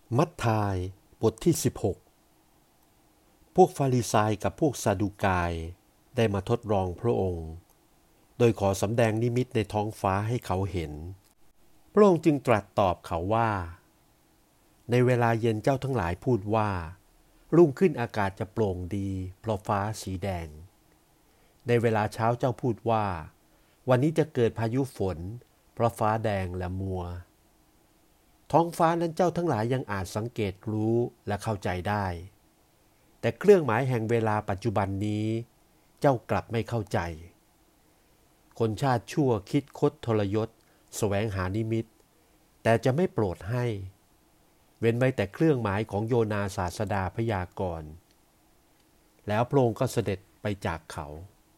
มัทธายบทที่16พวกฟาริสัยกับพวกซาดูกายได้มาทดลองพระองค์โดยขอสำแดงนิมิตในท้องฟ้าให้เขาเห็นพระองค์จึงตรัสตอบเขาว่าในเวลาเย็นเจ้าทั้งหลายพูดว่ารุ่งขึ้นอากาศจะโปร่งดีเพราะฟ้าสีแดงในเวลาเช้าเจ้าพูดว่าวันนี้จะเกิดพายุฝนเพราะฟ้าแดงและมัวท้องฟ้านั้นเจ้าทั้งหลายยังอาจสังเกตรู้และเข้าใจได้แต่เครื่องหมายแห่งเวลาปัจจุบันนี้เจ้ากลับไม่เข้าใจคนชาติชั่วคิดคดทรยศแสวงหานิมิตแต่จะไม่โปรดให้เว้นไว้แต่เครื่องหมายของโยนาศาสดาพยากรณ์แล้วพระองค์ก็เสด็จไปจากเขา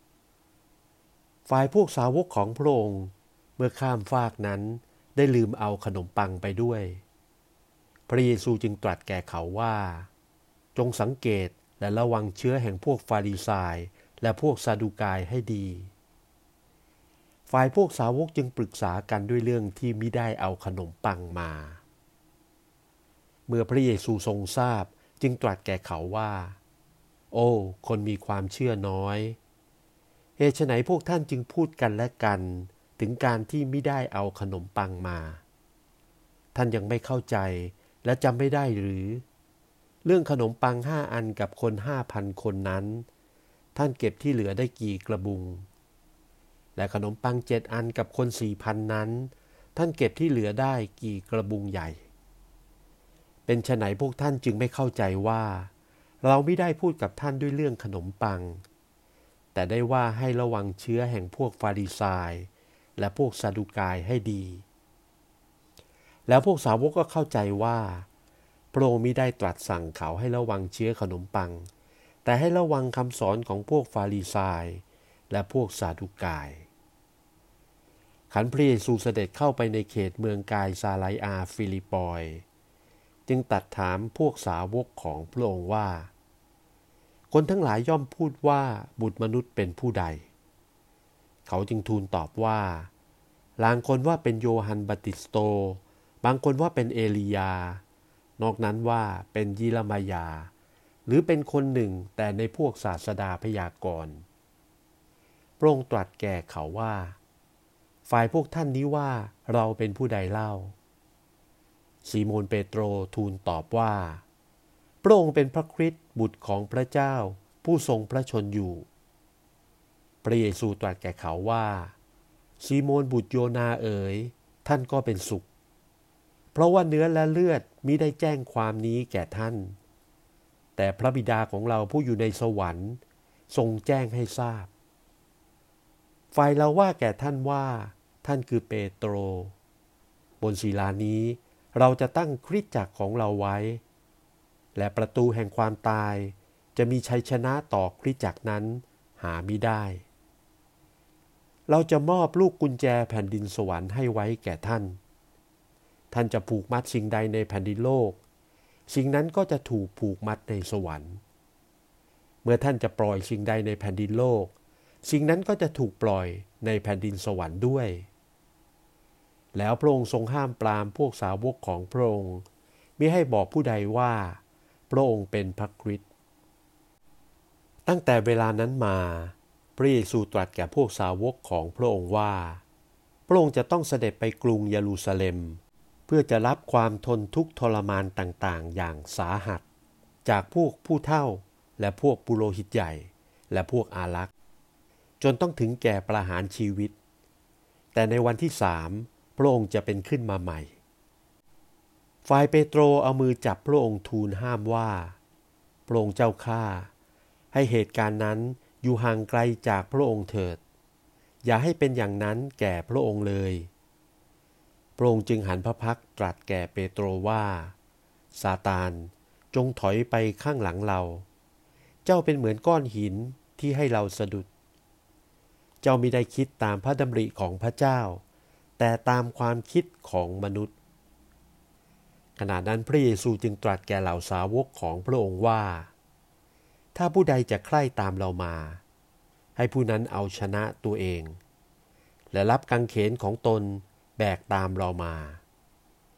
ฝ่ายพวกสาวกของพระองค์เมื่อข้ามฟากนั้นได้ลืมเอาขนมปังไปด้วยพระเยซูจึงตรัสแก่เขาว่าจงสังเกตและระวังเชื้อแห่งพวกฟาริสัยและพวกซาดูกายให้ดีฝ่ายพวกสาวกจึงปรึกษากันด้วยเรื่องที่มิได้เอาขนมปังมาเมื่อพระเยซูทรงทราบจึงตรัสแก่เขาว่าโอ้คนมีความเชื่อน้อยเหตุไฉนพวกท่านจึงพูดกันและกันถึงการที่มิได้เอาขนมปังมาท่านยังไม่เข้าใจและจำไม่ได้หรือเรื่องขนมปัง5 อันกับคน 5,000 คนนั้นท่านเก็บที่เหลือได้กี่กระบุงและขนมปัง7 อันกับคน 4,000 นั้นท่านเก็บที่เหลือได้กี่กระบุงใหญ่เป็นไฉนพวกท่านจึงไม่เข้าใจว่าเราไม่ได้พูดกับท่านด้วยเรื่องขนมปังแต่ได้ว่าให้ระวังเชื้อแห่งพวกฟาริสัยและพวกซาดูกายให้ดีแล้วพวกสาวกก็เข้าใจว่าพระองค์มิได้ตรัสสั่งเขาให้ระวังเชื้อขนมปังแต่ให้ระวังคำสอนของพวกฟาริสัยและพวกซาดูกายขันพระเยซูเสด็จเข้าไปในเขตเมืองกายซาไลอาฟิลิปปอยจึงตรัสถามพวกสาวกของพระองค์ว่าคนทั้งหลายย่อมพูดว่าบุตรมนุษย์เป็นผู้ใดเขาจึงทูลตอบว่าบางคนว่าเป็นโยฮันบัพติสโตบางคนว่าเป็นเอลียานอกนั้นว่าเป็นยิรมายาหรือเป็นคนหนึ่งแต่ในพวกศาสดาพยากรณ์พระองค์ตรัสแก่เขาว่าฝ่ายพวกท่านนี้ว่าเราเป็นผู้ใดเล่าซีโมนเปโตรทูลตอบว่าพระองค์เป็นพระคริสต์บุตรของพระเจ้าผู้ทรงพระชนอยู่พระเยซูตรัสแก่เขาว่าซีโมนบุตรโยนาเอ๋ยท่านก็เป็นสุขเพราะว่าเนื้อและเลือดมิได้แจ้งความนี้แก่ท่านแต่พระบิดาของเราผู้อยู่ในสวรรค์ทรงแจ้งให้ทราบฝ่ายเราว่าแก่ท่านว่าท่านคือเปโตรบนศิลานี้เราจะตั้งคริสตจักรของเราไว้และประตูแห่งความตายจะมีชัยชนะต่อคริสตจักรนั้นหามิได้เราจะมอบลูกกุญแจแผ่นดินสวรรค์ให้ไว้แก่ท่านท่านจะผูกมัดสิ่งใดในแผ่นดินโลกสิ่งนั้นก็จะถูกผูกมัดในสวรรค์เมื่อท่านจะปล่อยสิ่งใดในแผ่นดินโลกสิ่งนั้นก็จะถูกปล่อยในแผ่นดินสวรรค์ด้วยแล้วพระองค์ทรงห้ามปรามพวกสาวกของพระองค์มิให้บอกผู้ใดว่าพระองค์เป็นพระคริสต์ตั้งแต่เวลานั้นมาพระเยซูตรัสแก่พวกสาวกของพระองค์ว่าพระองค์จะต้องเสด็จไปกรุงเยรูซาเล็มเพื่อจะรับความทนทุกข์ทรมานต่างๆอย่างสาหัสจากพวกผู้เฒ่าและพวกปุโรหิตใหญ่และพวกอารักษ์จนต้องถึงแก่ประหารชีวิตแต่ในวันที่3พระองค์จะเป็นขึ้นมาใหม่ฝ่ายเปโตรเอามือจับพระองค์ทูลห้ามว่าพระองค์เจ้าข้าให้เหตุการณ์นั้นอยู่ห่างไกลจากพระองค์เถิดอย่าให้เป็นอย่างนั้นแก่พระองค์เลยพระองค์จึงหันพระพักตร์ตรัสแก่เปโตรว่าซาตานจงถอยไปข้างหลังเราเจ้าเป็นเหมือนก้อนหินที่ให้เราสะดุดเจ้ามิได้คิดตามพระดำริของพระเจ้าแต่ตามความคิดของมนุษย์ขณะนั้นพระเยซูจึงตรัสแก่เหล่าสาวกของพระองค์ว่าถ้าผู้ใดจะใคร่ตามเรามาให้ผู้นั้นเอาชนะตัวเองและรับกางเขนของตนแบกตามเรามา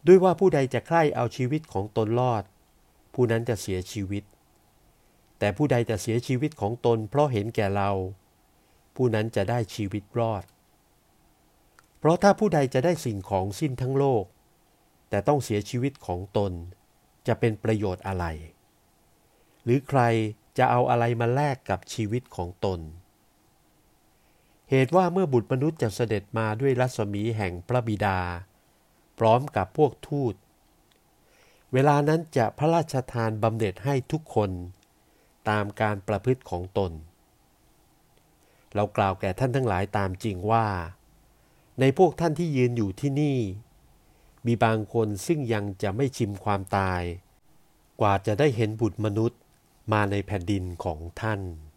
ด้วยว่าผู้ใดจะใคร่เอาชีวิตของตนรอดผู้นั้นจะเสียชีวิตแต่ผู้ใดจะเสียชีวิตของตนเพราะเห็นแก่เราผู้นั้นจะได้ชีวิตรอดเพราะถ้าผู้ใดจะได้สิ่งของสิ้นทั้งโลกแต่ต้องเสียชีวิตของตนจะเป็นประโยชน์อะไรหรือใครจะเอาอะไรมาแลกกับชีวิตของตนเหตุว่าเมื่อบุตรมนุษย์จะเสด็จมาด้วยรัศมีแห่งพระบิดาพร้อมกับพวกทูตเวลานั้นจะพระราชทานบำเหน็จให้ทุกคนตามการประพฤติของตนเรากล่าวแก่ท่านทั้งหลายตามจริงว่าในพวกท่านที่ยืนอยู่ที่นี่มีบางคนซึ่งยังจะไม่ชิมความตายกว่าจะได้เห็นบุตรมนุษย์มาในแผ่นดินของท่าน